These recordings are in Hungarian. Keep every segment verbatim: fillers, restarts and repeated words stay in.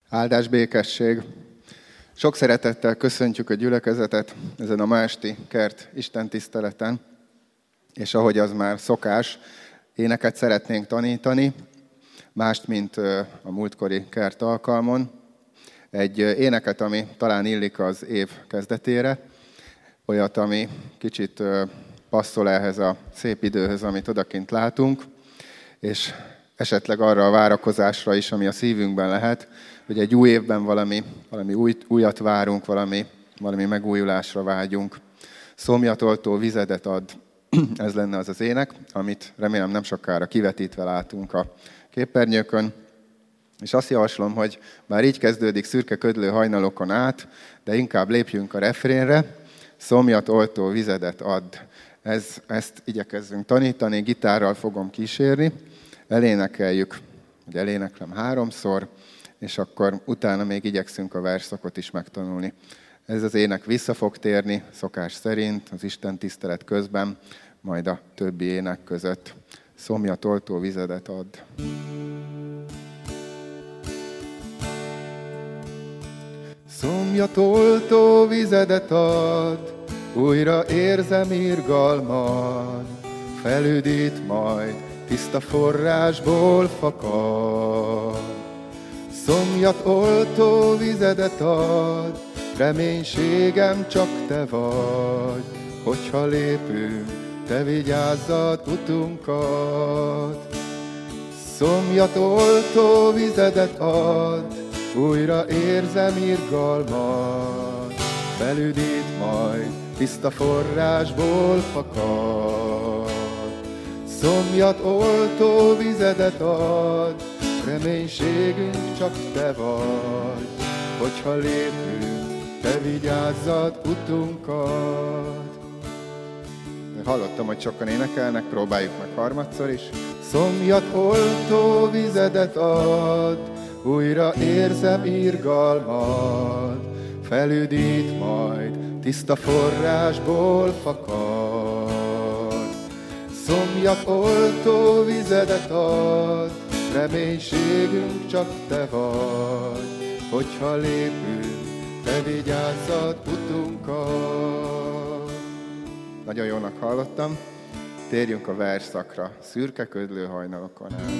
Áldás, békesség! Sok szeretettel köszöntjük a gyülekezetet ezen a ma esti kert istentiszteleten, és ahogy az már szokás, éneket szeretnénk tanítani, mást, mint a múltkori kert alkalmon. Egy éneket, ami talán illik az év kezdetére, olyat, ami kicsit passzol ehhez a szép időhöz, amit odakint látunk, és esetleg arra a várakozásra is, ami a szívünkben lehet, hogy egy új évben valami, valami új, újat várunk, valami, valami megújulásra vágyunk. Szomjatoltó vizedet ad, ez lenne az az ének, amit remélem nem sokára kivetítve látunk a képernyőkön. És azt javaslom, hogy már így kezdődik szürke ködlő hajnalokon át, de inkább lépjünk a refrénre, szomjatoltó vizedet add. Ez, ezt igyekezzünk tanítani, gitárral fogom kísérni, elénekeljük, vagy eléneklem háromszor, és akkor utána még igyekszünk a versszakot is megtanulni. Ez az ének vissza fog térni, szokás szerint, az Isten tisztelet közben, majd a többi ének között. Szomjatoltó vizedet add. Szomjatoltó vizedet add, újra érzem irgalmad, felüdít majd, tiszta forrásból fakad. Szomjatoltó vizedet add, reménységem csak te vagy, hogyha lépünk, te vigyázzad utunkat. Szomjatoltó vizedet add, újra érzem irgalmad, felüdít majd, tiszta forrásból fakad. Szomjatoltó vizedet add, reménységünk csak te vagy, hogyha lépünk, te vigyázzad utunkat. Hallottam, hogy sokan énekelnek, próbáljuk meg harmadszor is. Szomjatoltó vizedet add, újra érzem irgalmad, felüdít majd, tiszta forrásból fakad. Szomjatoltó vizedet add, reménységünk csak te vagy, hogyha lépünk, te vigyázzad utunkat. Nagyon jónak hallottam. Térjünk a versszakra. Szürke ködlő hajnalokon át.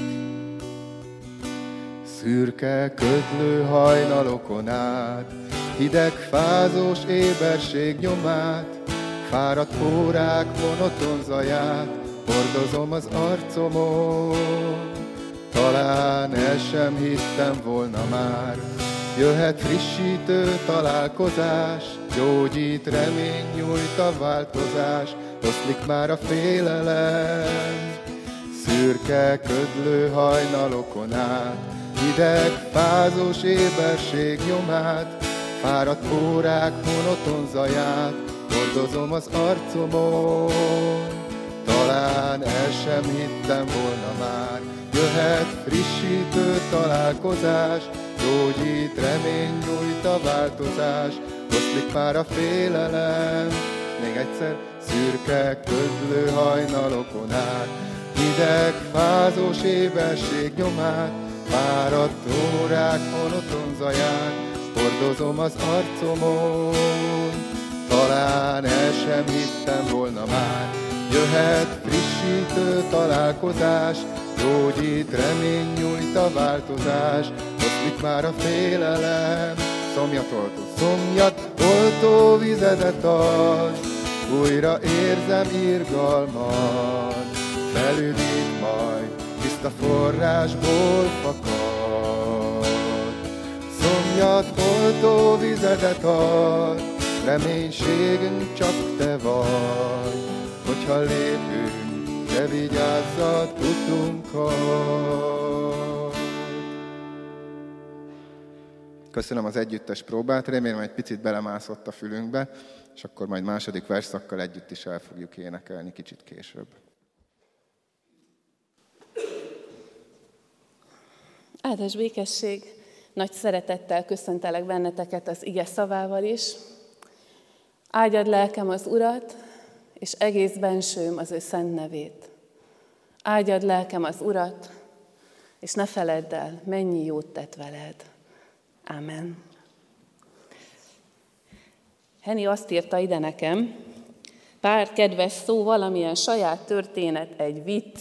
Szürke ködlő hajnalokon át, hideg fázós éberség nyomát, fáradt órák monoton zaját, hordozom az arcomon. Talán el sem hittem volna már, jöhet frissítő találkozás, gyógyít, remény nyújt a változás, oszlik már a félelem. Szürke ködlő hajnalokon át, hideg fázós éberség nyomát, fáradt órák monoton zaját, hordozom az arcomon. Talán el sem hittem volna már, jöhet frissítő találkozás, gyógyít, remény nyújt a változás, oszlik már a félelem. Még egyszer, szürke ködlő hajnalokon át, hideg fázós éberség nyomát, fáradt órák monoton zaját, hordozom az arcomon. Talán el sem hittem volna már, jöhet frissítő találkozás, gyógyít, remény nyújt a változás, oszlik már a félelem. Szomjatoltó, szomjatoltó vizedet add, újra érzem irgalmad, felüdít majd, tiszta forrásból fakad. Szomjatoltó vizedet add, reménységünk csak te vagy, hogyha lépünk, te vigyázzad utunkat. Köszönöm az együttes próbát, remélem egy picit belemászott a fülünkbe, és akkor majd második versszakkal együtt is el fogjuk énekelni kicsit később. Áldás békesség! Nagy szeretettel köszöntelek benneteket az ige szavával is. Áldjad lelkem az Urat, és egész bensőm az ő szent nevét. Áldjad lelkem az Urat, és ne feledd el, mennyi jót tett veled. Ámen. Henny azt írta ide nekem, pár kedves szó, valamilyen saját történet, egy vicc.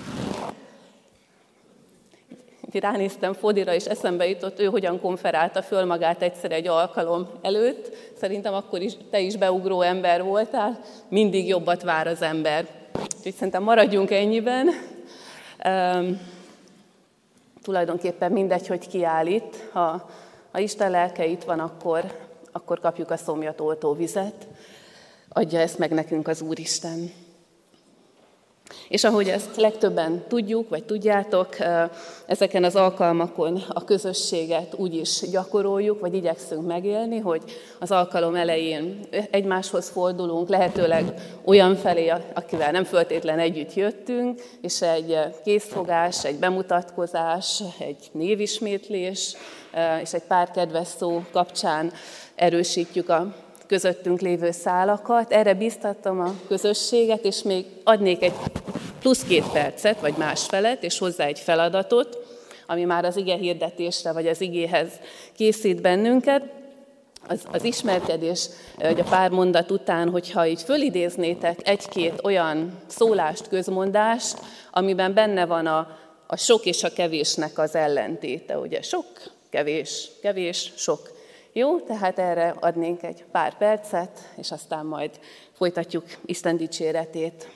Ránéztem Fodira, és eszembe jutott, ő hogyan konferálta föl magát egyszer egy alkalom előtt. Szerintem akkor is te is beugró ember voltál, mindig jobbat vár az ember. Úgyhogy szerintem maradjunk ennyiben. Um, tulajdonképpen mindegy, hogy ki áll itt. Ha, ha Isten lelke itt van, akkor, akkor kapjuk a szomjat oltó vizet. Adja ezt meg nekünk az Úristen. És ahogy ezt legtöbben tudjuk, vagy tudjátok, ezeken az alkalmakon a közösséget úgy is gyakoroljuk, vagy igyekszünk megélni, hogy az alkalom elején egymáshoz fordulunk, lehetőleg olyan felé, akivel nem feltétlen együtt jöttünk, és egy készfogás, egy bemutatkozás, egy névismétlés, és egy pár kedves szó kapcsán erősítjük a közöttünk lévő szálakat. Erre bíztattam a közösséget, és még adnék egy plusz két percet, vagy másfelet, és hozzá egy feladatot, ami már az ige hirdetésre, vagy az igéhez készít bennünket. Az, az ismerkedés, hogy a pár mondat után, hogyha így fölidéznétek egy-két olyan szólást, közmondást, amiben benne van a, a sok és a kevésnek az ellentéte. Ugye sok, kevés, kevés, sok. Jó, tehát erre adnénk egy pár percet, és aztán majd folytatjuk Isten dicséretét.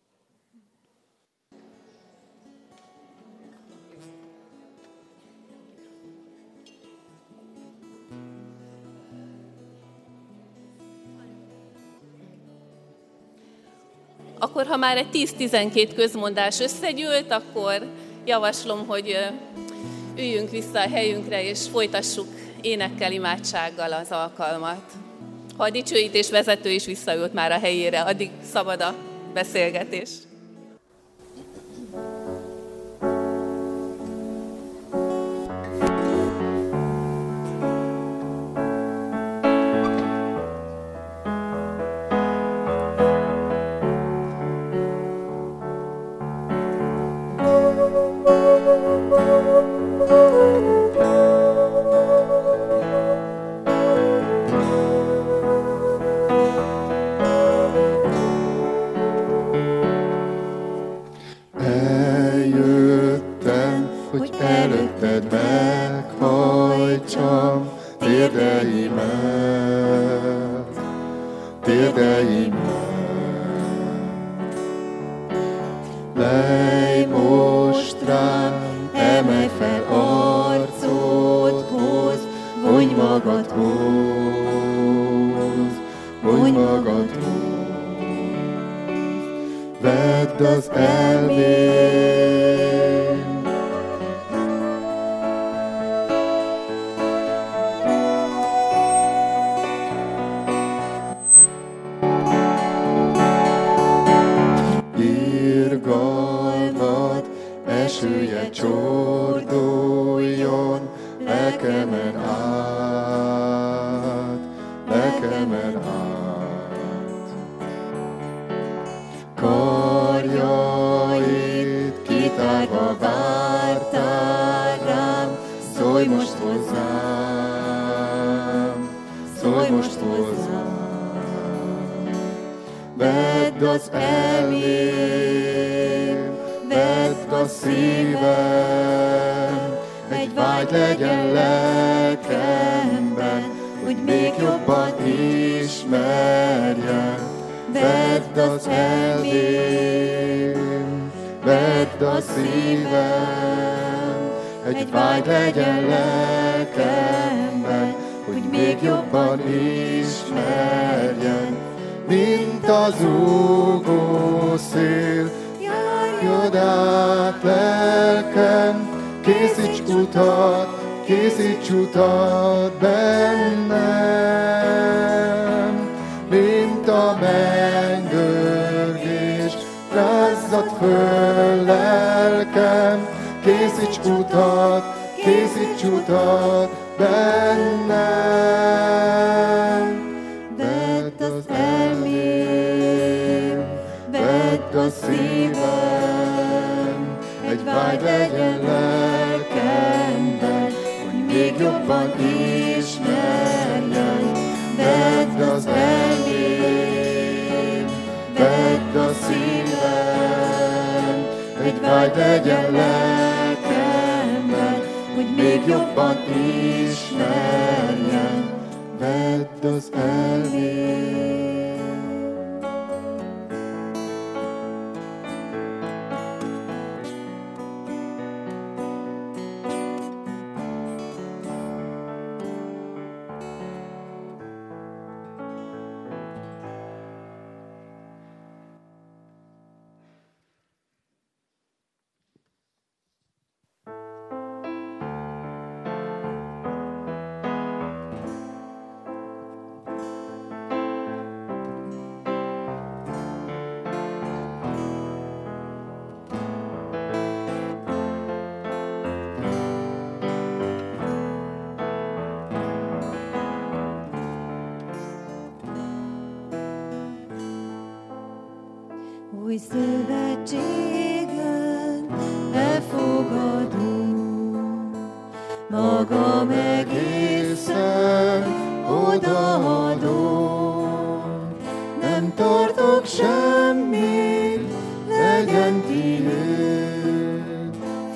Akkor, ha már egy tíz-tizenkét közmondás összegyűlt, akkor javaslom, hogy üljünk vissza a helyünkre, és folytassuk énekkel, imádsággal az alkalmat. Ha a dicsőítés vezető is visszaült már a helyére, addig szabad a beszélgetés. Egy vágy legyen lelkemben, hogy még jobban ismerjen, vedd az elmém, vedd a szívem, egy vágy legyen lelkemben, hogy még jobban ismerjen, vedd az elmém. Új szövetségen elfogadom, magam egészen odaadom. Nem tartok semmit, legyen tiéd,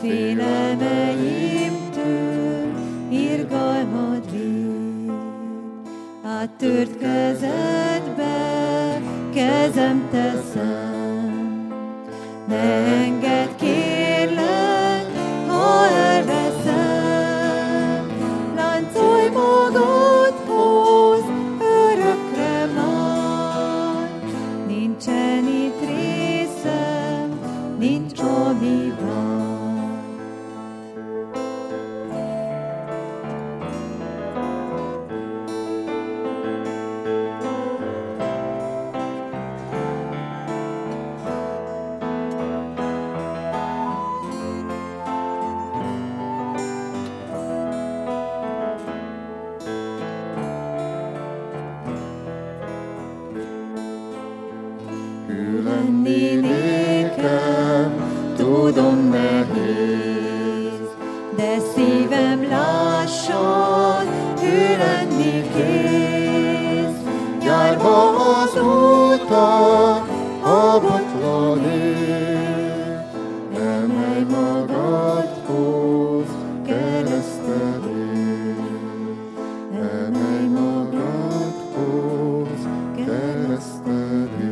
félelmeimtől irgalmad véd. Áttört kezedbe kezem teszem, ne engedd, kérlek, ha elveszem. Láncolj magadhoz, örökre már. Nincsen itt részem, nincs ami vár. Lenni nékem, tudom nehéz, de szívem lássan, ő lenni kész. Járva az úton, a botlan ég, emelj magadhoz keresztedét, emelj magadhoz keresztedét.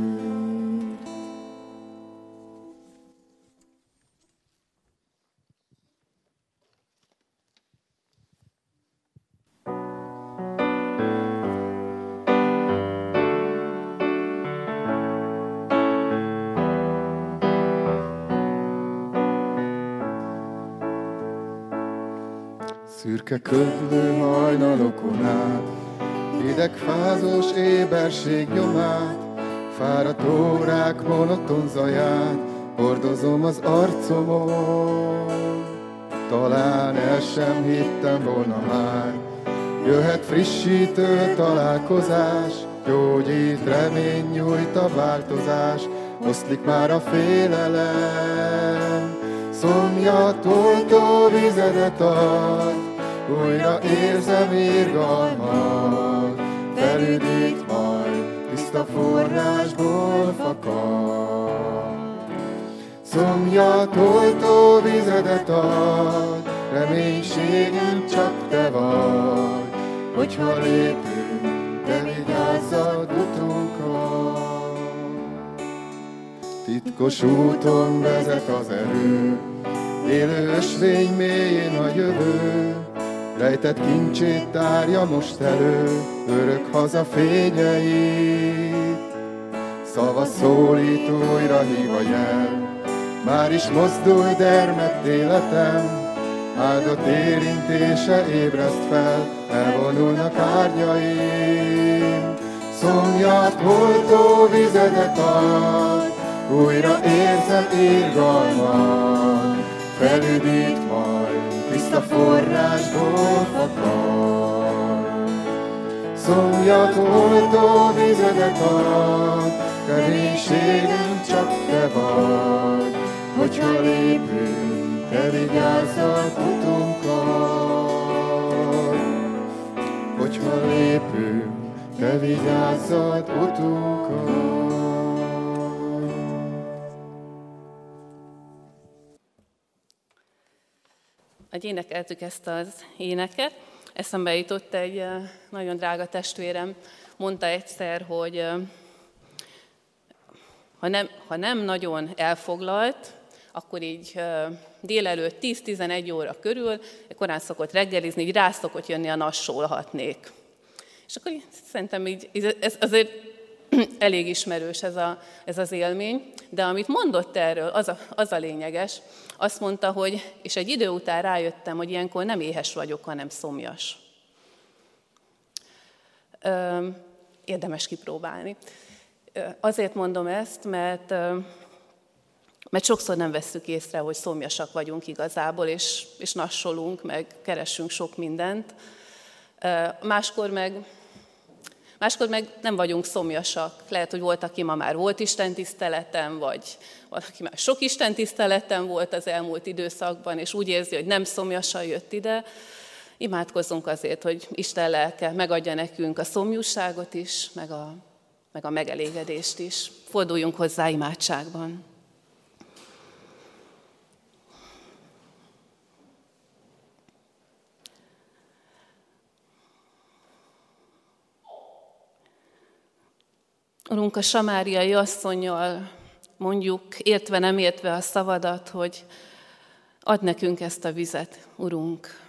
Szürke ködlő hajnalokon át, hidegfázós éberség nyomát, fáradt órák monoton zaját, hordozom az arcomon. Talán el sem hittem volna már, jöhet frissítő találkozás, gyógyít, remény nyújt a változás, oszlik már a félelem. Szomjat oltó vizedet ad, újra érzem irgalmat, felüdít majd, tiszta forrásból fakad. Szomjat oltó vizedet ad, reménységem csak te vagy, hogyha lépünk, te vigyázzad utunkat. Titkos úton vezet az erő, élő ösvény mélyén a jövő, rejtett kincsét tárja most elő, örök haza fényeit. Szava szólít, újra hív a jel, már is mozdulj dermedt életem, áldott érintése ébreszt fel, elvonulnak árnyaim. Szomjat oltó vizedet ad, újra érzem irgalmat, felüdít majd, tiszta forrásból fakad. Szomjat oltó vizedet ad, reménységem csak te vagy, hogyha lépünk, te vigyázzad utunkat. Látszad utunkat. Ahogy énekeltük ezt az éneket, eszembe jutott egy nagyon drága testvérem, mondta egyszer, hogy ha nem, ha nem nagyon elfoglalt, akkor így délelőtt tíz-tizenegy óra körül, korán szokott reggelizni, így rá szokott jönni a nassolhatnék. És akkor így, szerintem így, ez azért elég ismerős ez, a, ez az élmény, de amit mondott erről, az a, az a lényeges, azt mondta, hogy, és egy idő után rájöttem, hogy ilyenkor nem éhes vagyok, hanem szomjas. Ö, érdemes kipróbálni. Azért mondom ezt, mert, mert sokszor nem vesszük észre, hogy szomjasak vagyunk igazából, és, és nassolunk, meg keressünk sok mindent. Máskor meg, máskor meg nem vagyunk szomjasak. Lehet, hogy volt, aki ma már volt istentiszteleten, vagy valaki már sok istentiszteleten volt az elmúlt időszakban, és úgy érzi, hogy nem szomjasan jött ide. Imádkozzunk azért, hogy Isten lelke megadja nekünk a szomjúságot is, meg a meg a megelégedést is. Forduljunk hozzá imádságban. Urunk, a samáriai asszonnyal mondjuk, értve nem értve a szavadat, hogy add nekünk ezt a vizet, Urunk.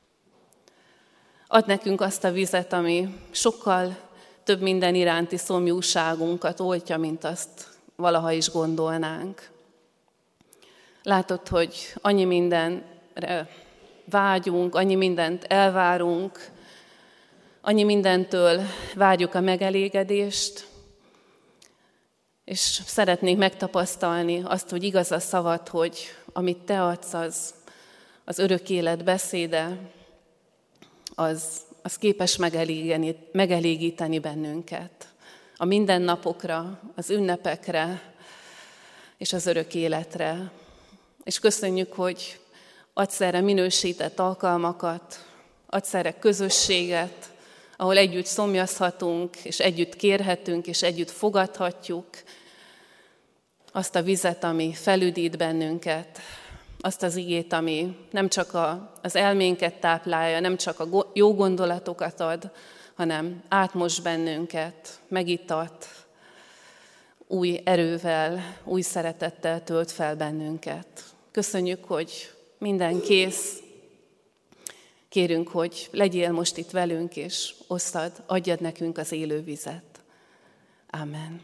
Add nekünk azt a vizet, ami sokkal több minden iránti szomjúságunkat oltja, mint azt valaha is gondolnánk. Látod, hogy annyi mindenre vágyunk, annyi mindent elvárunk, annyi mindentől várjuk a megelégedést, és szeretnénk megtapasztalni azt, hogy igaz a szavad, hogy amit te adsz, az, az örök élet beszéde, az, az képes megelégíteni bennünket a mindennapokra, az ünnepekre és az örök életre. És köszönjük, hogy adsz erre minősített alkalmakat, adsz erre közösséget, ahol együtt szomjazhatunk, és együtt kérhetünk, és együtt fogadhatjuk azt a vizet, ami felüdít bennünket, azt az igét, ami nem csak a, az elménket táplálja, nem csak a jó gondolatokat ad, hanem átmos bennünket, megittat, új erővel, új szeretettel tölt fel bennünket. Köszönjük, hogy minden kész. Kérünk, hogy legyél most itt velünk, és osszad, adjad nekünk az élő vizet. Amen.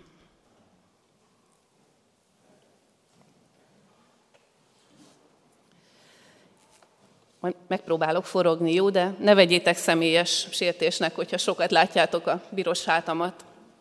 Majd megpróbálok forogni, jó, de ne vegyétek személyes sértésnek, hogyha sokat látjátok a piros hátamat.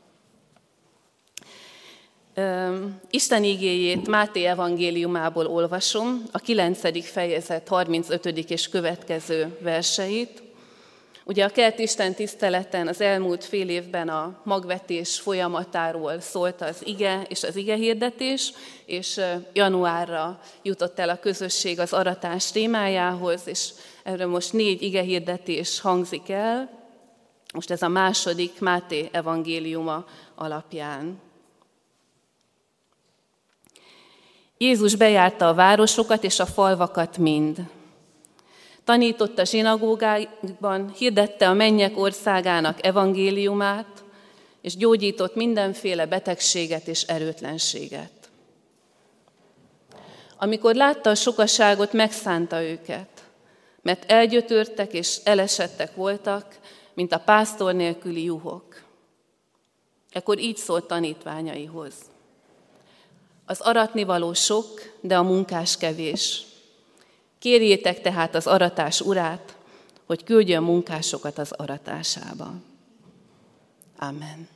Isten igéjét Máté evangéliumából olvasom, a kilencedik fejezet harmincötödik és következő verseit. Ugye a kelt Isten tiszteleten az elmúlt fél évben a magvetés folyamatáról szólt az ige és az igehirdetés, és januárra jutott el a közösség az aratás témájához, és erről most négy igehirdetés hangzik el. Most ez a második Máté evangéliuma alapján. Jézus bejárta a városokat és a falvakat mind. Tanított a zsinagógákban, hirdette a mennyek országának evangéliumát, és gyógyított mindenféle betegséget és erőtlenséget. Amikor látta a sokaságot, megszánta őket, mert elgyötörtek és elesettek voltak, mint a pásztor nélküli juhok. Ekkor így szólt tanítványaihoz. Az aratnivaló sok, de a munkás kevés. Kérjétek tehát az aratás urát, hogy küldjön munkásokat az aratásába. Amen.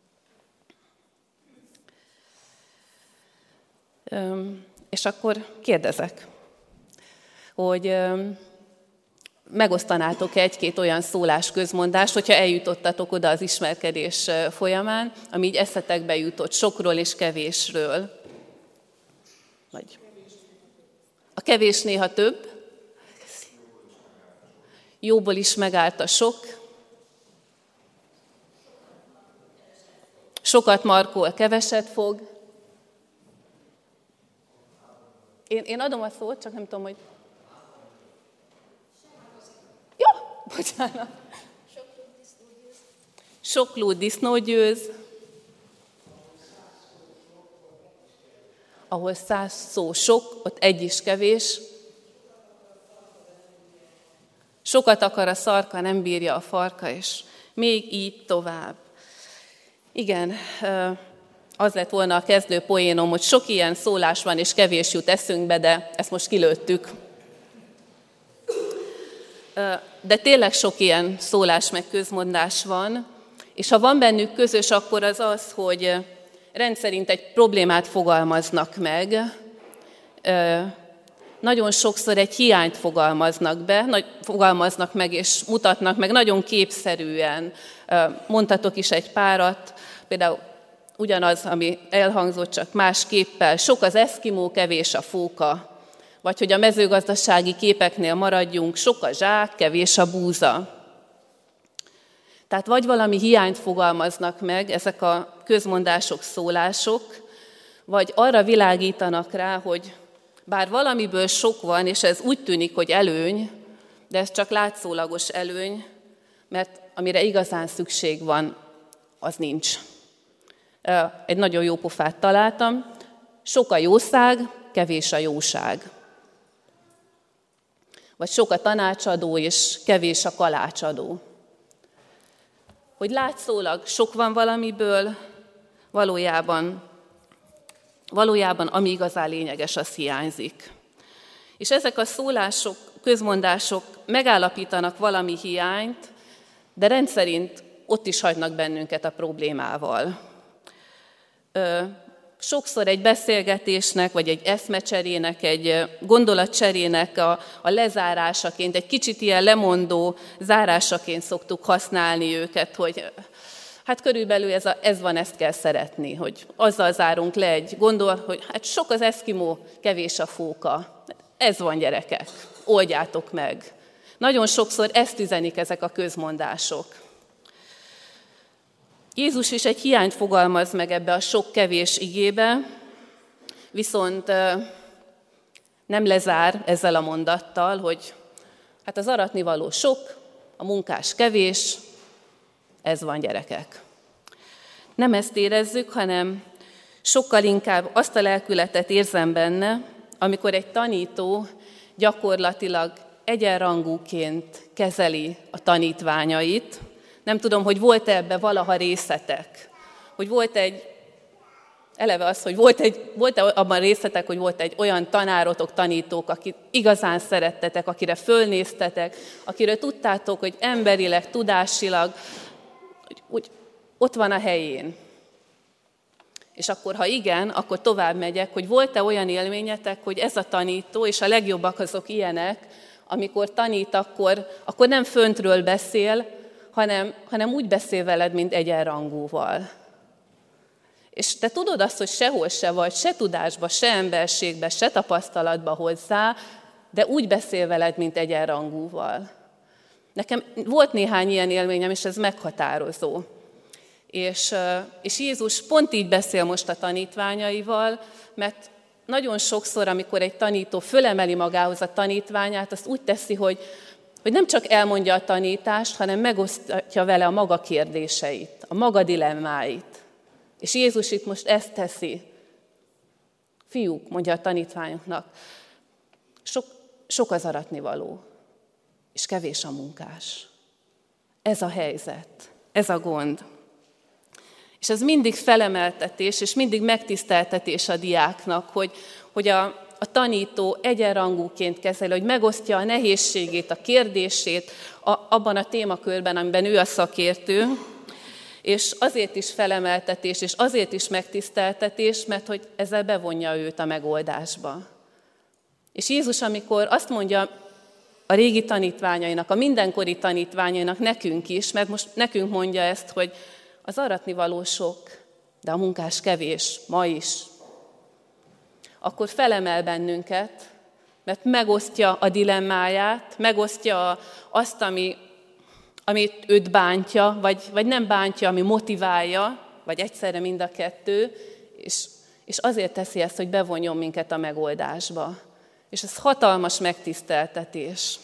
Üm, és akkor kérdezek, hogy üm, megosztanátok egy-két olyan szólásközmondást, hogyha eljutottatok oda az ismerkedés folyamán, ami így eszetekbe jutott sokról és kevésről. Vagy a kevés néha több, jóból is megállt a sok, Sokat markol, keveset fog. Én, én adom a szót, csak nem tudom, hogy... Jó, bocsánat. Sok lúd disznót győz. Ahol száz szó sok, ott egy is kevés. Sokat akar a szarka, nem bírja a farka, és még így tovább. Igen, az lett volna a kezdő poénom, hogy sok ilyen szólás van, és kevés jut eszünkbe, de ezt most kilőttük. De tényleg sok ilyen szólás meg közmondás van, és ha van bennük közös, akkor az az, hogy rendszerint egy problémát fogalmaznak meg, nagyon sokszor egy hiányt fogalmaznak be, fogalmaznak meg és mutatnak meg nagyon képszerűen. Mondhatok is egy párat, például ugyanaz, ami elhangzott, csak más képpel. Sok az eszkimó, kevés a fóka. Vagy hogy a mezőgazdasági képeknél maradjunk, sok a zsák, kevés a búza. Tehát vagy valami hiányt fogalmaznak meg ezek a közmondások, szólások, vagy arra világítanak rá, hogy bár valamiből sok van, és ez úgy tűnik, hogy előny, de ez csak látszólagos előny, mert amire igazán szükség van, az nincs. Egy nagyon jó pofát találtam. Sok a jószág, kevés a jóság. Vagy sok a tanácsadó, és kevés a kalácsadó. Hogy látszólag sok van valamiből, valójában, valójában ami igazán lényeges, az hiányzik. És ezek a szólások, közmondások megállapítanak valami hiányt, de rendszerint ott is hagynak bennünket a problémával. Sokszor egy beszélgetésnek, vagy egy eszmecserének, egy gondolatcserének a, a lezárásaként, egy kicsit ilyen lemondó zárásaként szoktuk használni őket, hogy hát körülbelül ez, a, ez van, ezt kell szeretni, hogy azzal zárunk le egy gondol, hogy hát sok az eszkimó, kevés a fóka. Ez van, gyerekek, oldjátok meg. Nagyon sokszor ezt üzenik ezek a közmondások. Jézus is egy hiányt fogalmaz meg ebbe a sok-kevés igébe, viszont nem lezár ezzel a mondattal, hogy hát az aratnivaló sok, a munkás kevés, ez van, gyerekek. Nem ezt érezzük, hanem sokkal inkább azt a lelkületet érzem benne, amikor egy tanító gyakorlatilag egyenrangúként kezeli a tanítványait. Nem tudom, hogy volt-e ebbe valaha részletek, hogy volt egy, eleve az, hogy volt egy, volt-e abban részletek, hogy volt egy olyan tanárotok, tanítók, akit igazán szerettetek, akire fölnéztetek, akiről tudtátok, hogy emberileg, tudásilag, hogy, hogy ott van a helyén. És akkor, ha igen, akkor tovább megyek, hogy volt-e olyan élményetek, hogy ez a tanító, és a legjobbak azok ilyenek, amikor tanít, akkor, akkor nem föntről beszél, hanem, hanem úgy beszél veled, mint egyenrangúval. És te tudod azt, hogy sehol se vagy, se tudásba, se emberségbe, se tapasztalatba hozzá, de úgy beszél veled, mint egyenrangúval. Nekem volt néhány ilyen élményem, és ez meghatározó. És, és Jézus pont így beszél most a tanítványaival, mert nagyon sokszor, amikor egy tanító fölemeli magához a tanítványát, azt úgy teszi, hogy, hogy nem csak elmondja a tanítást, hanem megosztja vele a maga kérdéseit, a maga dilemmáit. És Jézus itt most ezt teszi. Fiúk, mondja a tanítványoknak, sok, sok az aratnivaló, és kevés a munkás. Ez a helyzet, ez a gond. És ez mindig felemeltetés, és mindig megtiszteltetés a diáknak, hogy, hogy a, a tanító egyenrangúként kezeli, hogy megosztja a nehézségét, a kérdését a, abban a témakörben, amiben ő a szakértő, és azért is felemeltetés, és azért is megtiszteltetés, mert hogy ezzel bevonja őt a megoldásba. És Jézus, amikor azt mondja a régi tanítványainak, a mindenkori tanítványainak, nekünk is, mert most nekünk mondja ezt, hogy az aratnivaló sok, de a munkás kevés, ma is. Akkor felemel bennünket, mert megosztja a dilemmáját, megosztja azt, ami, amit őt bántja, vagy, vagy nem bántja, ami motiválja, vagy egyszerre mind a kettő, és, és azért teszi ezt, hogy bevonjon minket a megoldásba. És ez hatalmas megtiszteltetés.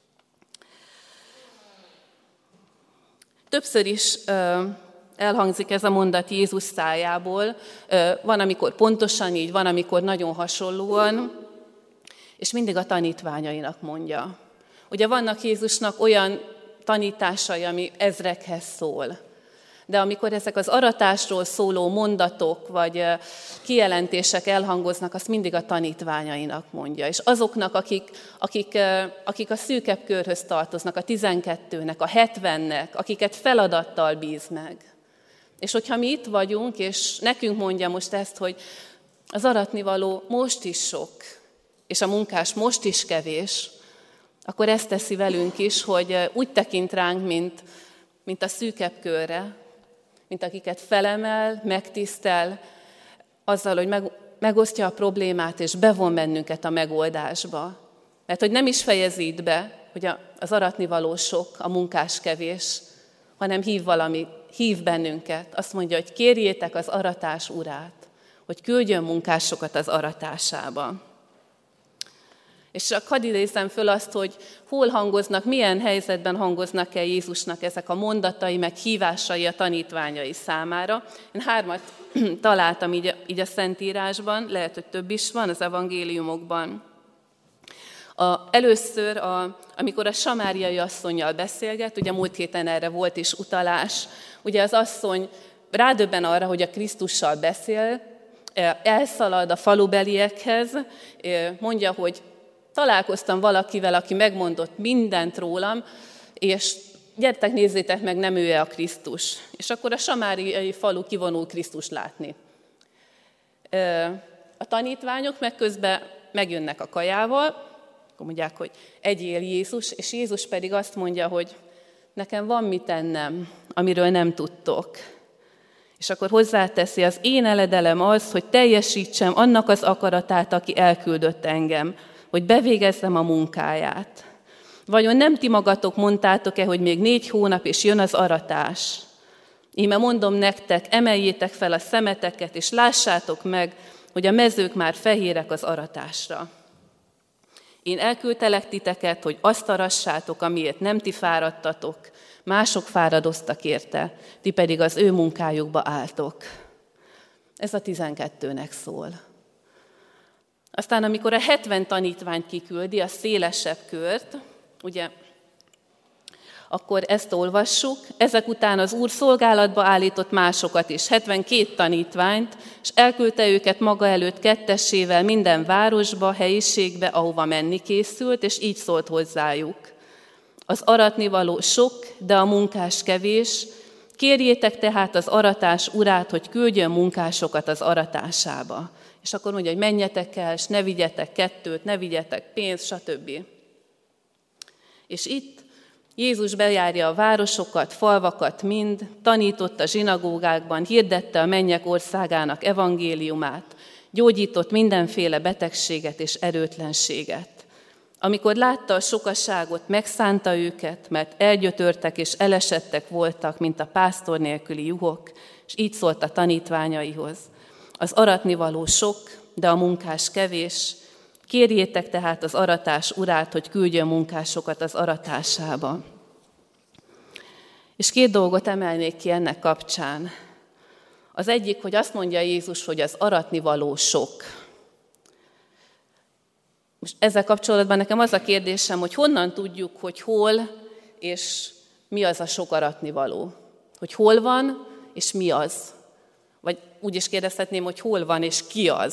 Többször is uh, elhangzik ez a mondat Jézus szájából. Uh, van, amikor pontosan így, van, amikor nagyon hasonlóan, és mindig a tanítványainak mondja. Ugye vannak Jézusnak olyan tanításai, ami ezrekhez szól. De amikor ezek az aratásról szóló mondatok, vagy kijelentések elhangoznak, azt mindig a tanítványainak mondja. És azoknak, akik, akik, akik a szűkebb körhöz tartoznak, a tizenkettőnek, a hetvennek, akiket feladattal bíz meg. És hogyha mi itt vagyunk, és nekünk mondja most ezt, hogy az aratnivaló most is sok, és a munkás most is kevés, akkor ezt teszi velünk is, hogy úgy tekint ránk, mint, mint a szűkebb körre, mint akiket felemel, megtisztel, azzal, hogy meg, megosztja a problémát, és bevon bennünket a megoldásba. Mert hogy nem is fejezi itt be, hogy a, az aratnivaló sok, a munkás kevés, hanem hív valami, hív bennünket. Azt mondja, hogy kérjétek az aratás urát, hogy küldjön munkásokat az aratásába. És csak hadd idézzem föl azt, hogy hol hangoznak, milyen helyzetben hangoznak el Jézusnak ezek a mondatai, meg hívásai a tanítványai számára. Én hármat találtam így a, így a Szentírásban, lehet, hogy több is van az evangéliumokban. A, először, a, amikor a samáriai asszonnyal beszélget, ugye múlt héten erre volt is utalás, ugye az asszony rádöbben arra, hogy a Krisztussal beszél, elszalad a falubeliekhez, mondja, hogy találkoztam valakivel, aki megmondott mindent rólam, és gyertek, nézzétek meg, nem ő-e a Krisztus. És akkor a samáriai falu kivonul Krisztust látni. A tanítványok meg közben megjönnek a kajával, akkor mondják, hogy egyél Jézus, és Jézus pedig azt mondja, hogy nekem van mit tennem, amiről nem tudtok. És akkor hozzáteszi, az én eledelem az, hogy teljesítsem annak az akaratát, aki elküldött engem, hogy bevégezzem a munkáját. Vajon nem ti magatok mondtátok-e, hogy még négy hónap és jön az aratás? Íme mondom nektek, emeljétek fel a szemeteket, és lássátok meg, hogy a mezők már fehérek az aratásra. Én elküldtelek titeket, hogy azt arassátok, amiért nem ti fáradtatok, mások fáradoztak érte, ti pedig az ő munkájukba álltok. Ez a tizenkettőnek szól. Aztán, amikor a hetven tanítványt kiküldi, a szélesebb kört, ugye, akkor ezt olvassuk, ezek után az Úr szolgálatba állított másokat is, hetvenkét tanítványt, és elküldte őket maga előtt kettessével minden városba, helyiségbe, ahova menni készült, és így szólt hozzájuk. Az aratnivaló sok, de a munkás kevés, kérjétek tehát az aratás urát, hogy küldjön munkásokat az aratásába. És akkor mondja, hogy menjetek el, és ne vigyetek kettőt, ne vigyetek pénzt, stb. És itt Jézus bejárja a városokat, falvakat mind, tanított a zsinagógákban, hirdette a mennyek országának evangéliumát, gyógyított mindenféle betegséget és erőtlenséget. Amikor látta a sokaságot, megszánta őket, mert elgyötörtek és elesettek voltak, mint a pásztor nélküli juhok, és így szólt a tanítványaihoz. Az aratnivaló sok, de a munkás kevés. Kérjétek tehát az aratás urát, hogy küldjön munkásokat az aratásába. És két dolgot emelnék ki ennek kapcsán. Az egyik, hogy azt mondja Jézus, hogy az aratnivaló sok. Most ezzel kapcsolatban nekem az a kérdésem, hogy honnan tudjuk, hogy hol és mi az a sok aratnivaló. Hogy hol van és mi az. Vagy úgy is kérdezhetném, hogy hol van és ki az.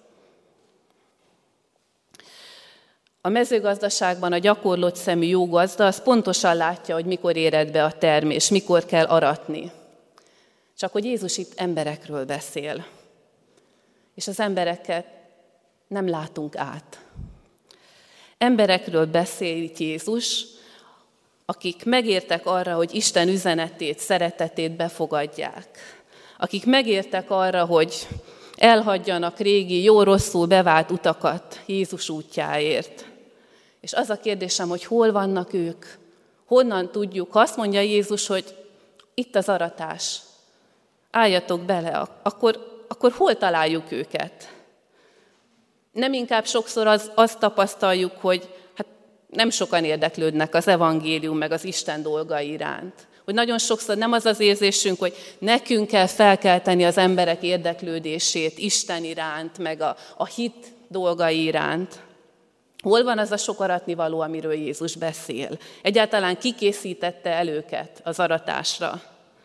A mezőgazdaságban a gyakorlott szemű jó gazda az pontosan látja, hogy mikor éred be a termés, mikor kell aratni. Csak hogy Jézus itt emberekről beszél. És az embereket nem látunk át. Emberekről beszél itt Jézus, akik megértek arra, hogy Isten üzenetét, szeretetét befogadják. Akik megértek arra, hogy elhagyjanak régi, jó-rosszul bevált utakat Jézus útjáért. És az a kérdésem, hogy hol vannak ők? Honnan tudjuk? Ha azt mondja Jézus, hogy itt az aratás, álljatok bele, akkor, akkor hol találjuk őket? Nem inkább sokszor az, azt tapasztaljuk, hogy hát nem sokan érdeklődnek az evangélium meg az Isten dolgai iránt. Hogy nagyon sokszor nem az az érzésünk, hogy nekünk kell felkelteni az emberek érdeklődését Isten iránt, meg a, a hit dolgai iránt. Hol van az a sok aratnivaló, amiről Jézus beszél? Egyáltalán ki készítette el őket az aratásra?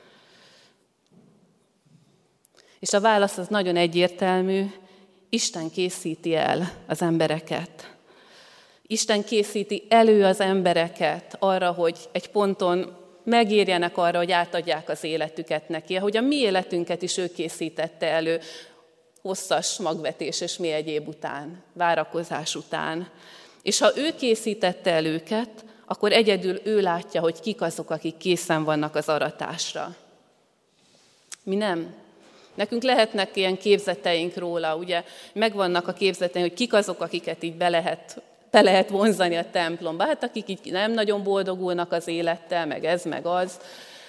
És a válasz az nagyon egyértelmű, Isten készíti el az embereket. Isten készíti elő az embereket arra, hogy egy ponton megérjenek arra, hogy átadják az életüket neki, ahogy a mi életünket is ő készítette elő, hosszas magvetés és mi egyéb után, várakozás után. És ha ő készítette el őket, akkor egyedül ő látja, hogy kik azok, akik készen vannak az aratásra. Mi nem. Nekünk lehetnek ilyen képzeteink róla, ugye megvannak a képzeteink, hogy kik azok, akiket így be lehet, be lehet vonzani a templomba. Hát akik így nem nagyon boldogulnak az élettel, meg ez, meg az.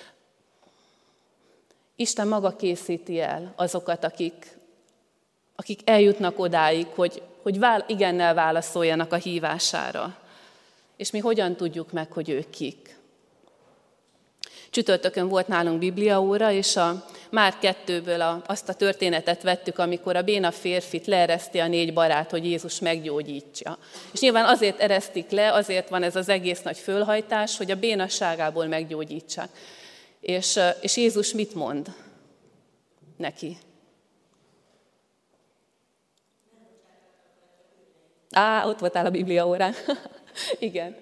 Isten maga készíti el azokat, akik, akik eljutnak odáig, hogy, hogy vál, igennel válaszoljanak a hívására. És mi hogyan tudjuk meg, hogy ők kik? Csütörtökön volt nálunk bibliaóra, és a Márk kettőből a, azt a történetet vettük, amikor a béna férfit leereszti a négy barát, hogy Jézus meggyógyítsa. És nyilván azért eresztik le, azért van ez az egész nagy fölhajtás, hogy a bénasságából meggyógyítsák. És, és Jézus mit mond neki? Á, ott voltál a bibliaórán. Igen.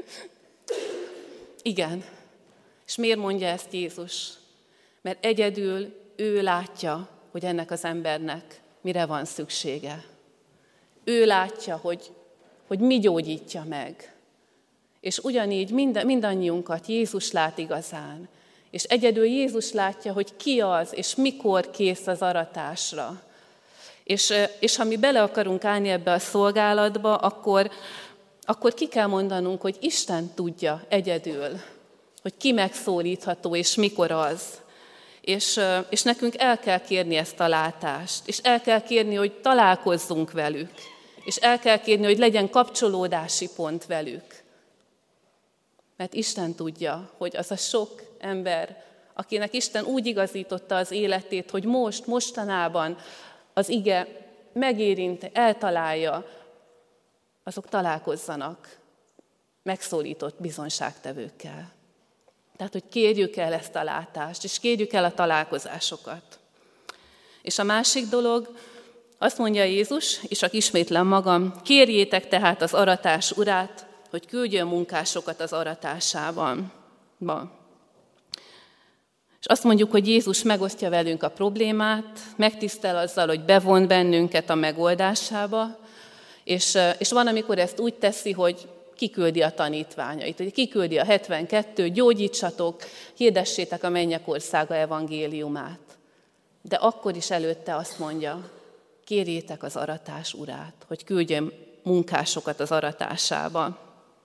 Igen. És miért mondja ezt Jézus? Mert egyedül ő látja, hogy ennek az embernek mire van szüksége. Ő látja, hogy, hogy mi gyógyítja meg. És ugyanígy mind, mindannyiunkat Jézus lát igazán. És egyedül Jézus látja, hogy ki az, és mikor kész az aratásra. És, és ha mi bele akarunk állni ebbe a szolgálatba, akkor, akkor ki kell mondanunk, hogy Isten tudja egyedül, hogy ki megszólítható, és mikor az. És, és nekünk el kell kérni ezt a látást, és el kell kérni, hogy találkozzunk velük, és el kell kérni, hogy legyen kapcsolódási pont velük. Mert Isten tudja, hogy az a sok ember, akinek Isten úgy igazította az életét, hogy most, mostanában az ige megérint, eltalálja, azok találkozzanak megszólított bizonságtevőkkel. Tehát, hogy kérjük el ezt a látást, és kérjük el a találkozásokat. És a másik dolog, azt mondja Jézus, és csak ismétlem magam, kérjétek tehát az aratás urát, hogy küldjön munkásokat az aratásában. Ba. És azt mondjuk, hogy Jézus megosztja velünk a problémát, megtisztel azzal, hogy bevon bennünket a megoldásába, és, és van, amikor ezt úgy teszi, hogy kiküldi a tanítványait, hogy kiküldi a hetvenkettőt, gyógyítsatok, hirdessétek a mennyek országa evangéliumát. De akkor is előtte azt mondja, kérjétek az aratás urát, hogy küldjön munkásokat az aratásába.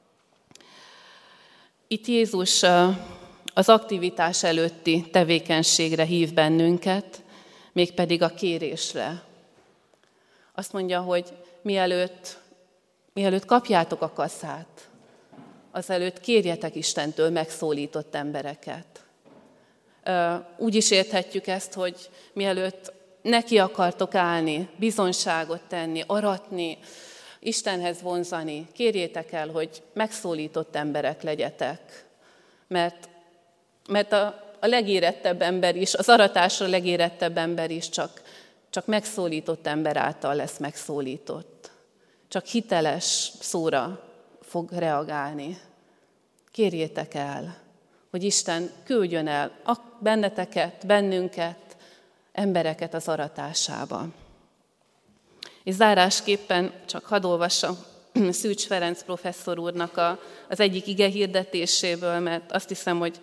Itt Jézus az aktivitás előtti tevékenységre hív bennünket, mégpedig a kérésre. Azt mondja, hogy mielőtt, mielőtt kapjátok a kaszát, azelőtt kérjetek Istentől megszólított embereket. Úgy is érthetjük ezt, hogy mielőtt neki akartok állni, bizonságot tenni, aratni, Istenhez vonzani, kérjétek el, hogy megszólított emberek legyetek. Mert, mert a, a legérettebb ember is, az aratásra legérettebb ember is csak, csak megszólított ember által lesz megszólított. Csak hiteles szóra fog reagálni. Kérjétek el, hogy Isten küldjön el benneteket, bennünket, embereket az aratásába. És zárásképpen csak hadd olvassam Szűcs Ferenc professzor úrnak a, az egyik ige hirdetéséből, mert azt hiszem, hogy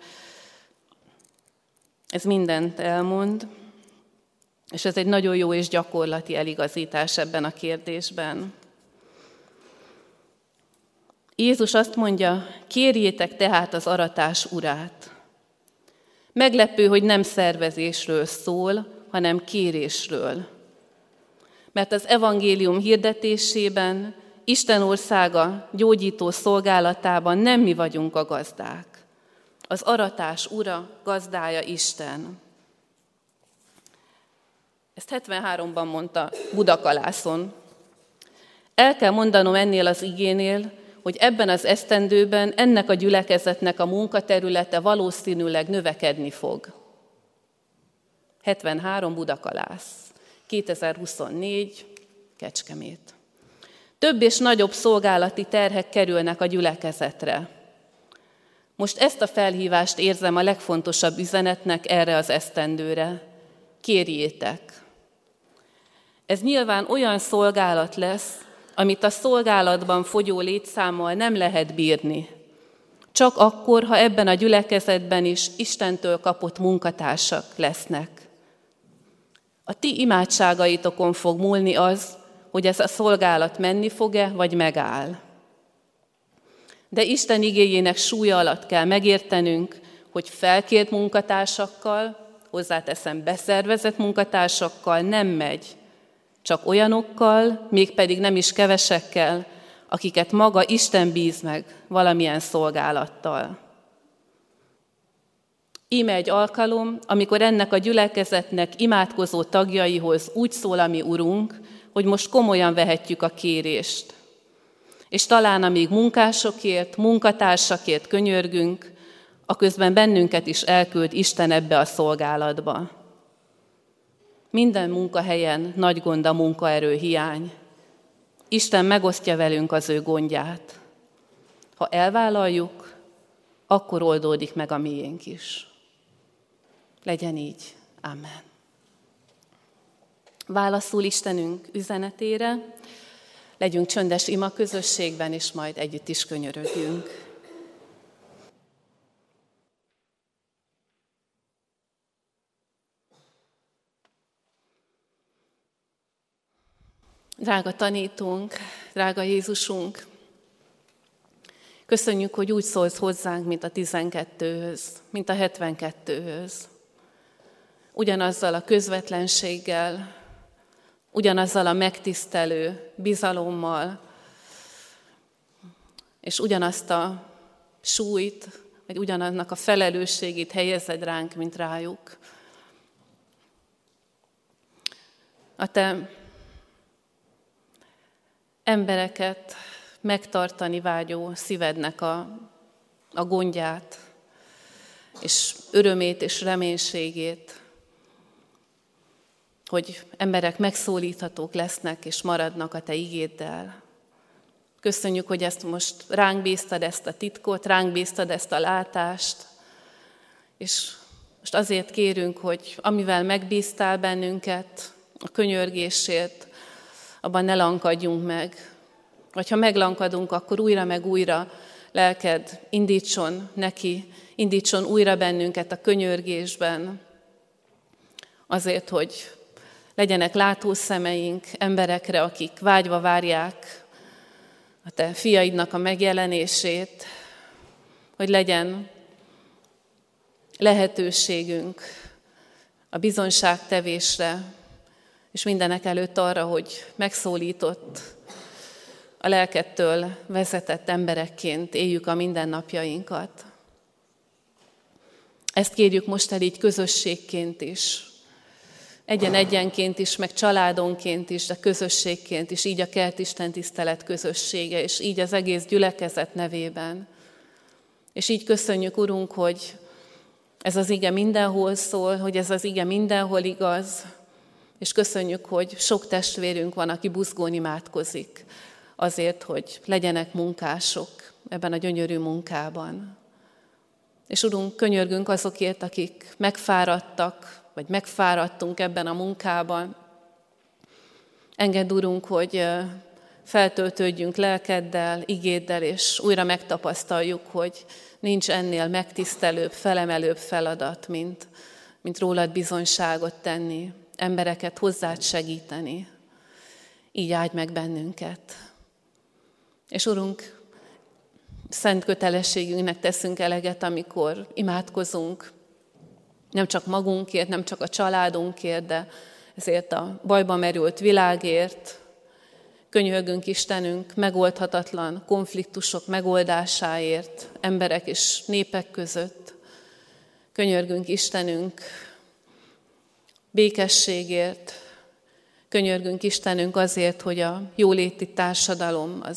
ez mindent elmond, és ez egy nagyon jó és gyakorlati eligazítás ebben a kérdésben. Jézus azt mondja, kérjétek tehát az aratás urát. Meglepő, hogy nem szervezésről szól, hanem kérésről. Mert az evangélium hirdetésében, Isten országa gyógyító szolgálatában nem mi vagyunk a gazdák. Az aratás ura, gazdája Isten. Ezt hetvenháromban mondta Budakalászon. El kell mondanom ennél az igénél, hogy ebben az esztendőben ennek a gyülekezetnek a munkaterülete valószínűleg növekedni fog. hetvenhárom Budakalász, kétezer-huszonnégy Kecskemét. Több és nagyobb szolgálati terhek kerülnek a gyülekezetre. Most ezt a felhívást érzem a legfontosabb üzenetnek erre az esztendőre. Kérjétek! Ez nyilván olyan szolgálat lesz, amit a szolgálatban fogyó létszámmal nem lehet bírni. Csak akkor, ha ebben a gyülekezetben is Istentől kapott munkatársak lesznek. A ti imádságaitokon fog múlni az, hogy ez a szolgálat menni fog-e, vagy megáll. De Isten igéjének súlya alatt kell megértenünk, hogy felkért munkatársakkal, hozzáteszem beszervezett munkatársakkal nem megy, csak olyanokkal, mégpedig nem is kevesekkel, akiket maga Isten bíz meg valamilyen szolgálattal. Íme egy alkalom, amikor ennek a gyülekezetnek imádkozó tagjaihoz úgy szól a mi Urunk, hogy most komolyan vehetjük a kérést. És talán amíg munkásokért, munkatársakért könyörgünk, aközben bennünket is elküld Isten ebbe a szolgálatba. Minden munkahelyen nagy gond a munkaerő hiány. Isten megosztja velünk az ő gondját. Ha elvállaljuk, akkor oldódik meg a miénk is. Legyen így. Amen. Válaszul Istenünk üzenetére, legyünk csöndes ima közösségben, és majd együtt is könyörögjünk. Drága tanítónk, drága Jézusunk, köszönjük, hogy úgy szólsz hozzánk, mint a tizenkettőhöz, mint a hetvenkettőhöz. Ugyanazzal a közvetlenséggel, ugyanazzal a megtisztelő bizalommal, és ugyanazt a súlyt, vagy ugyanannak a felelősségét helyezed ránk, mint rájuk. A te embereket megtartani vágyó szívednek a, a gondját, és örömét és reménységét, hogy emberek megszólíthatók lesznek és maradnak a te igéddel. Köszönjük, hogy ezt most ránk bíztad, ezt a titkot, ránk bíztad ezt a látást, és most azért kérünk, hogy amivel megbíztál bennünket, a könyörgésért, abban ne lankadjunk meg. Vagy ha meglankadunk, akkor újra meg újra lelked indítson neki, indítson újra bennünket a könyörgésben, azért, hogy legyenek látószemeink emberekre, akik vágyva várják a te fiaidnak a megjelenését, hogy legyen lehetőségünk a bizonyságtevésre, és mindenek előtt arra, hogy megszólított, a lelkedtől vezetett emberekként éljük a mindennapjainkat. Ezt kérjük most el így közösségként is, egyen-egyenként is, meg családonként is, de közösségként is, így a Kertisten tisztelet közössége, és így az egész gyülekezet nevében. És így köszönjük, Urunk, hogy ez az ige mindenhol szól, hogy ez az ige mindenhol igaz, és köszönjük, hogy sok testvérünk van, aki buzgón imádkozik azért, hogy legyenek munkások ebben a gyönyörű munkában. És Urunk, könyörgünk azokért, akik megfáradtak, vagy megfáradtunk ebben a munkában. Engedd, Urunk, hogy feltöltődjünk lelkeddel, igéddel, és újra megtapasztaljuk, hogy nincs ennél megtisztelőbb, felemelőbb feladat, mint, mint rólad bizonyságot tenni, embereket hozzád segíteni. Így áldj meg bennünket. És Urunk, szent kötelességünknek teszünk eleget, amikor imádkozunk Nem csak magunkért, nem csak a családunkért, de ezért a bajba merült világért. Könyörgünk Istenünk megoldhatatlan konfliktusok megoldásáért, emberek és népek között. Könyörgünk Istenünk békességért. Könyörgünk Istenünk azért, hogy a jóléti társadalom az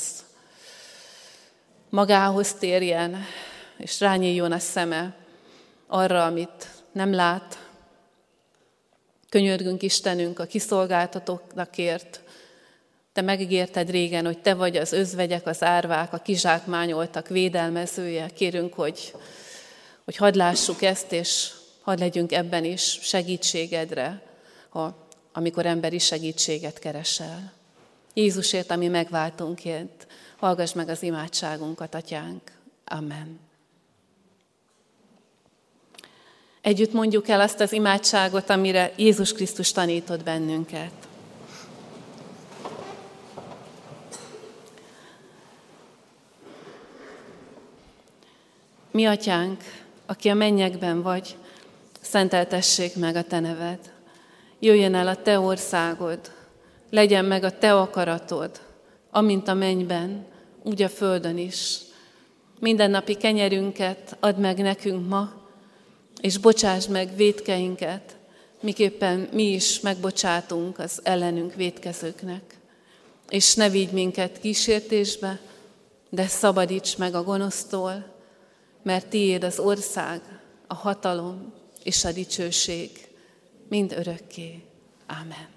magához térjen, és rányíljon a szeme arra, amit nem lát. Könyörgünk Istenünk a kiszolgáltatóknakért. Te megígérted régen, hogy Te vagy az özvegyek, az árvák, a kizsákmányoltak védelmezője. Kérünk, hogy, hogy hadd lássuk ezt, és hadd legyünk ebben is segítségedre, ha, amikor emberi segítséget keresel. Jézusért, ami megváltunkért, hallgass meg az imádságunkat, Atyánk. Amen. Együtt mondjuk el azt az imádságot, amire Jézus Krisztus tanított bennünket. Mi, Atyánk, aki a mennyekben vagy, szenteltessék meg a Te neved. Jöjjön el a Te országod, legyen meg a Te akaratod, amint a mennyben, úgy a földön is. Mindennapi kenyerünket add meg nekünk ma, és bocsáss meg vétkeinket, miképpen mi is megbocsátunk az ellenünk vétkezőknek. És ne vigy minket kísértésbe, de szabadíts meg a gonosztól, mert Tiéd az ország, a hatalom és a dicsőség mind örökké. Ámen.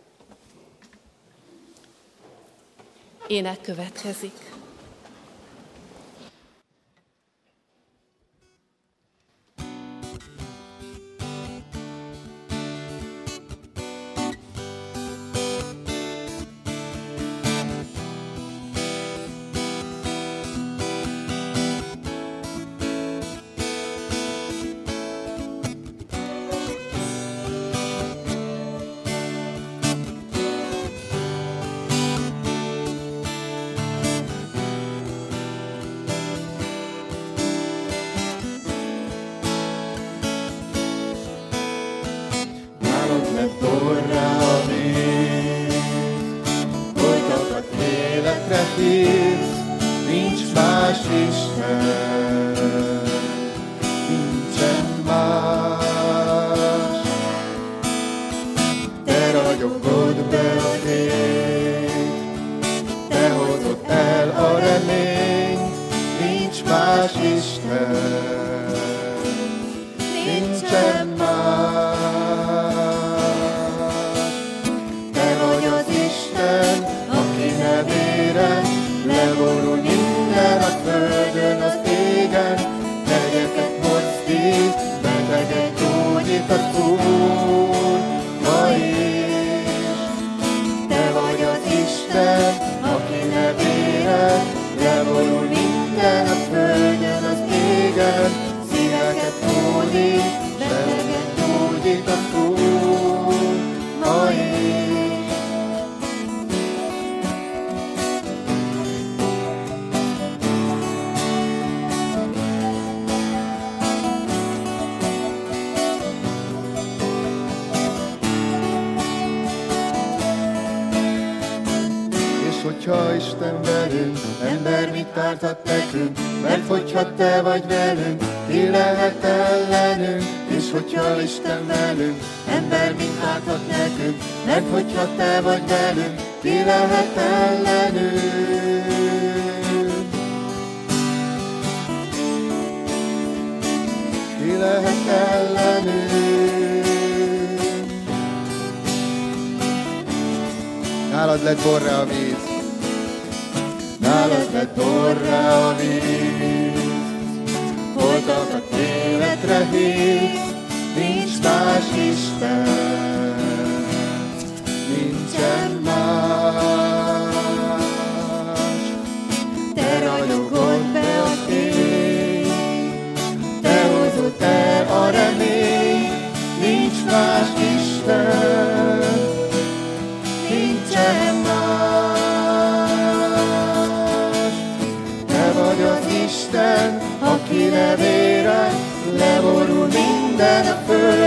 Ének következik. Nincs más Isten, nincsen más. Te ragyogod be az ég, te hozod el a reményt. Nincs más Isten, nincsen más. Te vagy az Isten, aki nevére leborul minden a földön, az égen, hegyeket mozdít, beteget gyógyít az Úr, ma is. Te vagy az Isten, aki nevére leborul minden a földön, az égen, szíveket gyógyít, beteget gyógyít az Úr, ma is. Hogyha Isten velünk, ember mit árthat nekünk? Mert hogyha Te vagy velünk, ki lehet ellenünk? És hogyha Isten velünk, ember mit árthat nekünk? Mert hogyha Te vagy velünk, ki lehet ellenünk? Ki lehet ellenünk? Nálad lett borrá a víz. Nálad lett borrá a víz, holtakat életre hívsz, nincs más Isten, nincsen más. Te ragyogod be az ég, te hozod el a remény, nincs más Isten, nincsen más. Vagy az Isten, aki nevére leborul minden a föld.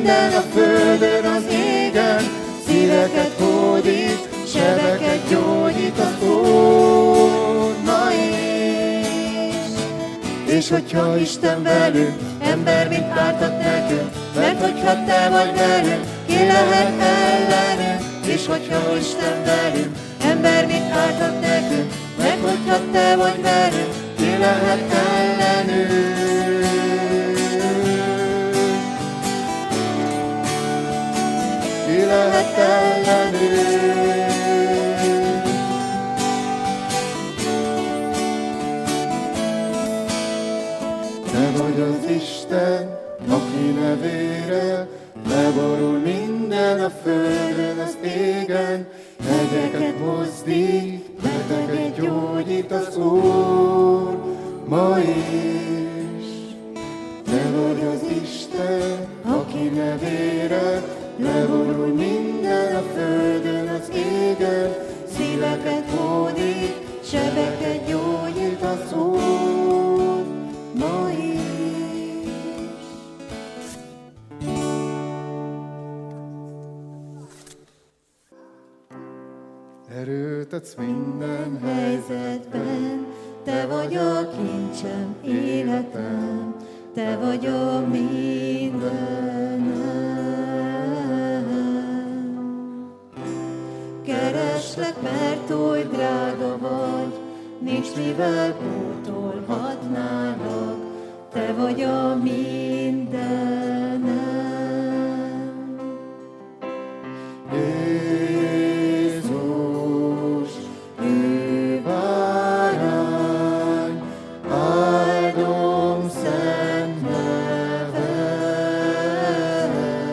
minden a földön, az égen, szíveket hódít, sebeket gyógyít az Úr ma is. És hogyha Isten velünk, ember mit ártott nekünk, mert hogyha te vagy velünk, ki lehet ellenünk? És hogyha Isten velünk, ember mit ártott nekünk, mert hogyha te vagy velünk, ki lehet ellenünk? Ki lehet ellenünk? Te vagy az Isten, aki nevére leborul minden a földön, az égen, hegyeket mozdít, beteget gyógyít az Úr ma is. Te vagy az Isten, aki nevére leborul minden a földön, az égen, szíveket hódít, sebeket gyógyít az Úr ma is. Erőt adsz minden helyzetben, te vagy a kincsem, életem, te vagy a mindenem. Kereslek, mert oly drága vagy, nincs mivel pótolhatnálak, te vagy a mindenem. Jézus, ő bárány, áldom szent neved.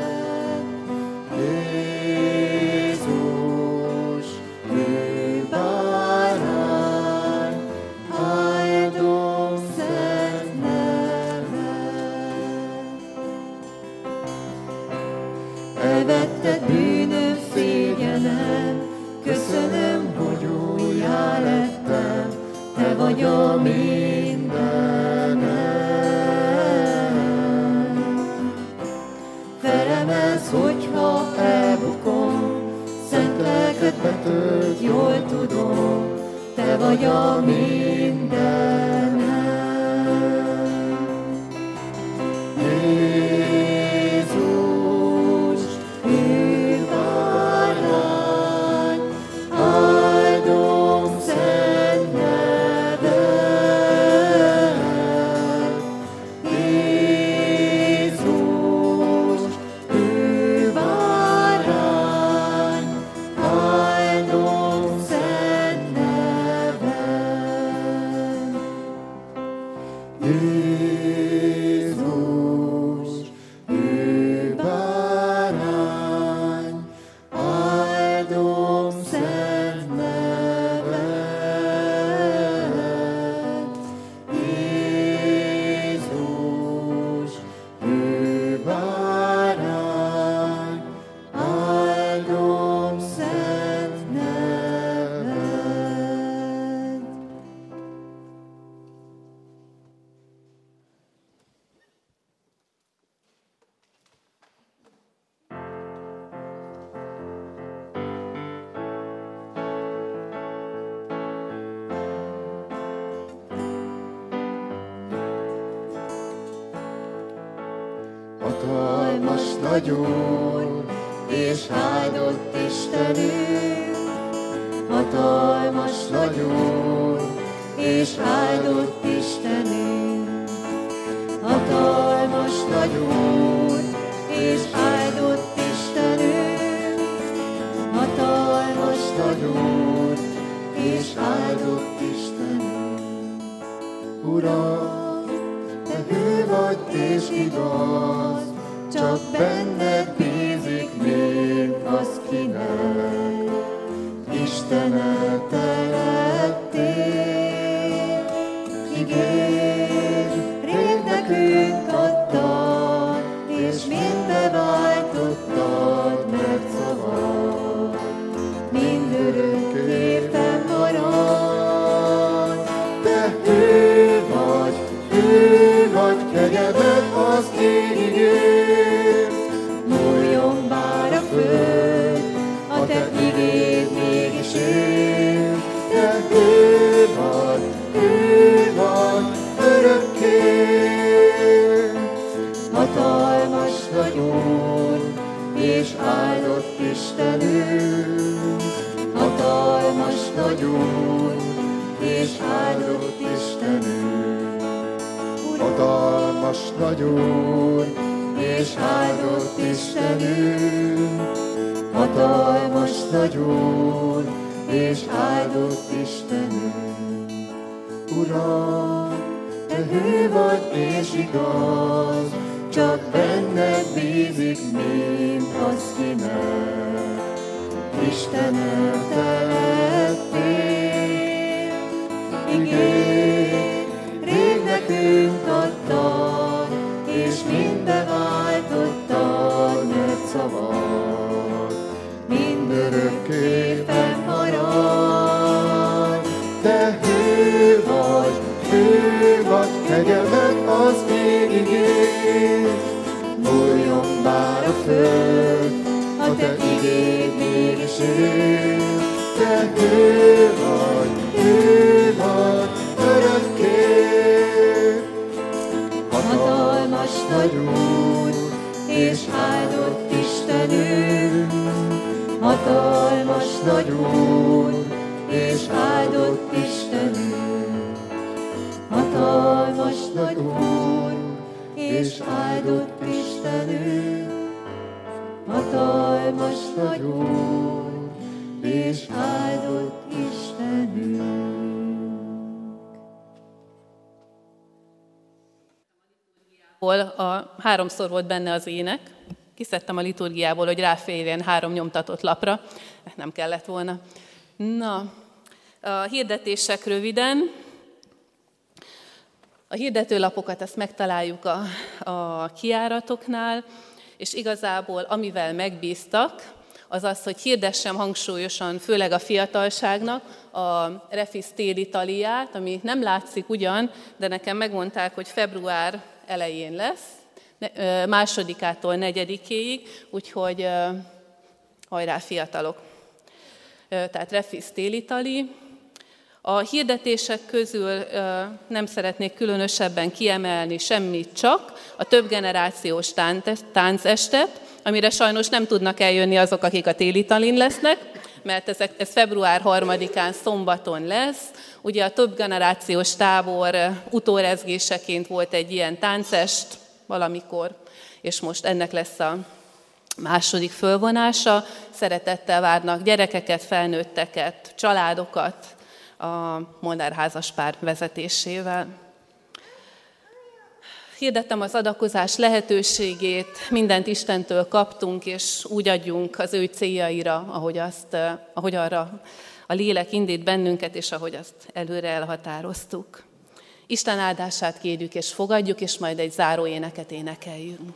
Jézus, ő bárány, áldom szent neved. Elvetted bűnöm, szégyenem, köszönöm, hogy újjá lettem, te vagy a mindenem. Felemelsz, hogyha elbukom, szent lelked betölt, jól tudom, te vagy a mindenem. Jézus, ő bárány, áldom szent neved. Jézus, ő bárány, áldom szent neved. Jézus, ő bárány, áldom szent neved. Jézus, ő bárány, áldom szent neved. Hatalmas nagy Úr, és áldott Istenünk, hatalmas nagy Úr, és áldott Istenünk, hatalmas nagy Úr, és áldott Istenünk, hatalmas nagy Úr, és áldott Istenünk. Uram, te hű vagy és igaz, csak benned bízik még az kinek. Istenet te lettél, ígérj, rég nekünk adtad, és minden vár. és áldott Istenünk, hatalmas nagy Úr, és áldott Istenünk, hatalmas nagy Úr, és áldott Istenünk, hatalmas nagy Úr, és áldott Istenünk. Uram, Te hű vagy és igaz, csak benned bízik mind az, ki meg. Istenem, Te lettél, igény, rég nekünk adtad, és minden váltottad, mert szavad mindörökké fennmarad. Te hű vagy, hű vagy, kegyelmed az végig ér. Múljon bár a föld, a Te igéd mégis ér. Te hű vagy, hű vagy, örökké. Hatalmas nagy Úr, és áldott Istenünk, hatalmas nagy Úr, és áldott Istenünk, hatalmas nagy Úr, és áldott Istenünk, hatalmas nagy Úr, és áldott Istenünk. A háromszor volt benne az ének, kiszedtem a liturgiából, hogy ráférjen három nyomtatott lapra, nem kellett volna. Na, a hirdetések röviden. A hirdetőlapokat ezt megtaláljuk a, a kijáratoknál, és igazából amivel megbíztak, az az, hogy hirdessem hangsúlyosan, főleg a fiatalságnak, a Refis téli taliát, ami nem látszik ugyan, de nekem megmondták, hogy február elején lesz, másodikától negyedikéig, úgyhogy hajrá fiatalok. Tehát Refis téli tali. A hirdetések közül nem szeretnék különösebben kiemelni semmit, csak a többgenerációs táncestet, amire sajnos nem tudnak eljönni azok, akik a téli talin lesznek, mert ez, ez február harmadikán szombaton lesz. Ugye a többgenerációs tábor utórezgéseként volt egy ilyen táncest valamikor, és most ennek lesz a második fölvonása. Szeretettel várnak gyerekeket, felnőtteket, családokat a Molnár házaspár vezetésével. Hirdettem az adakozás lehetőségét, mindent Istentől kaptunk, és úgy adjunk az ő céljaira, ahogy, azt, ahogy arra a lélek indít bennünket, és ahogy azt előre elhatároztuk. Isten áldását kérjük és fogadjuk, és majd egy záró éneket énekeljünk.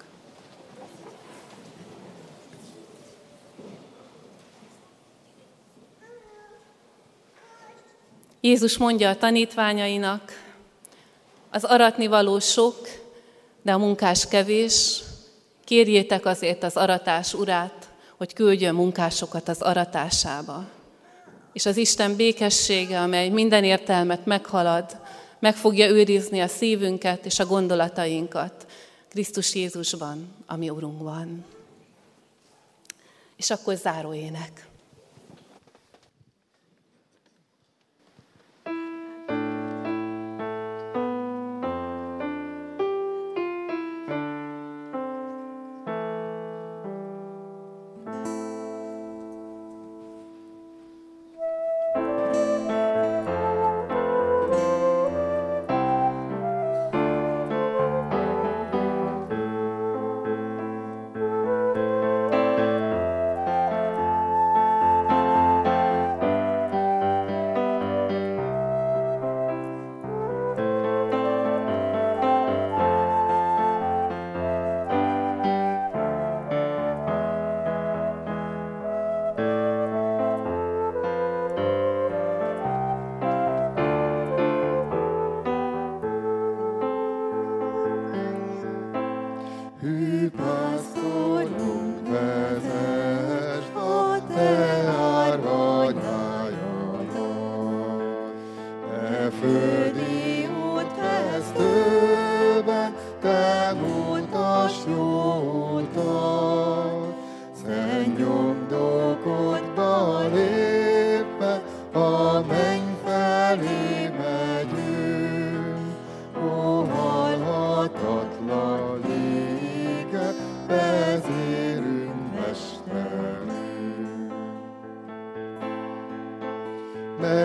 Jézus mondja a tanítványainak, az aratnivaló sok, de a munkás kevés, kérjétek azért az aratás urát, hogy küldjön munkásokat az aratásába. És az Isten békessége, amely minden értelmet meghalad, meg fogja őrizni a szívünket és a gondolatainkat Krisztus Jézusban, ami Urunkban. És akkor záró ének.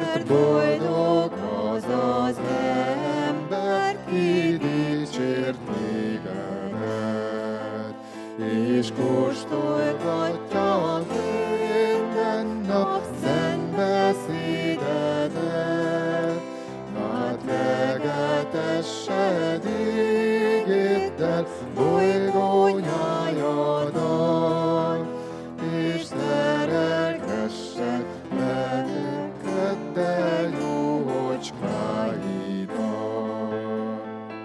mert boldog az az ember, ki dicsért tégedet, és kóstolgatja minden nap szent beszédedet. Átlegetessed ígéddel bolygó nyájadat, és szerelgessed lelkeddel jócskáidat.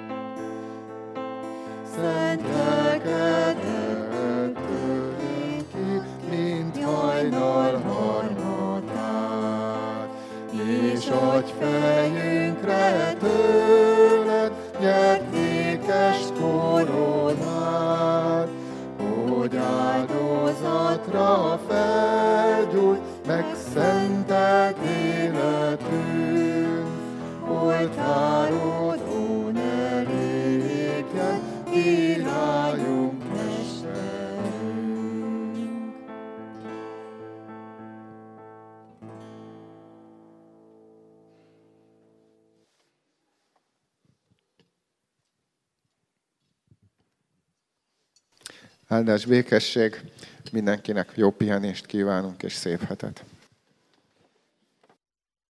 Szent lelkedet tőlünk ki, mint hajnal harmatát, és adj fejünkre tőled nyertékes koronát, hogy áldozatra felgyújt, megszentelt életünk, oltárodon elégjen, királyunk, mesterünk. Áldás, békesség, mindenkinek jó pihenést kívánunk és szép hetet.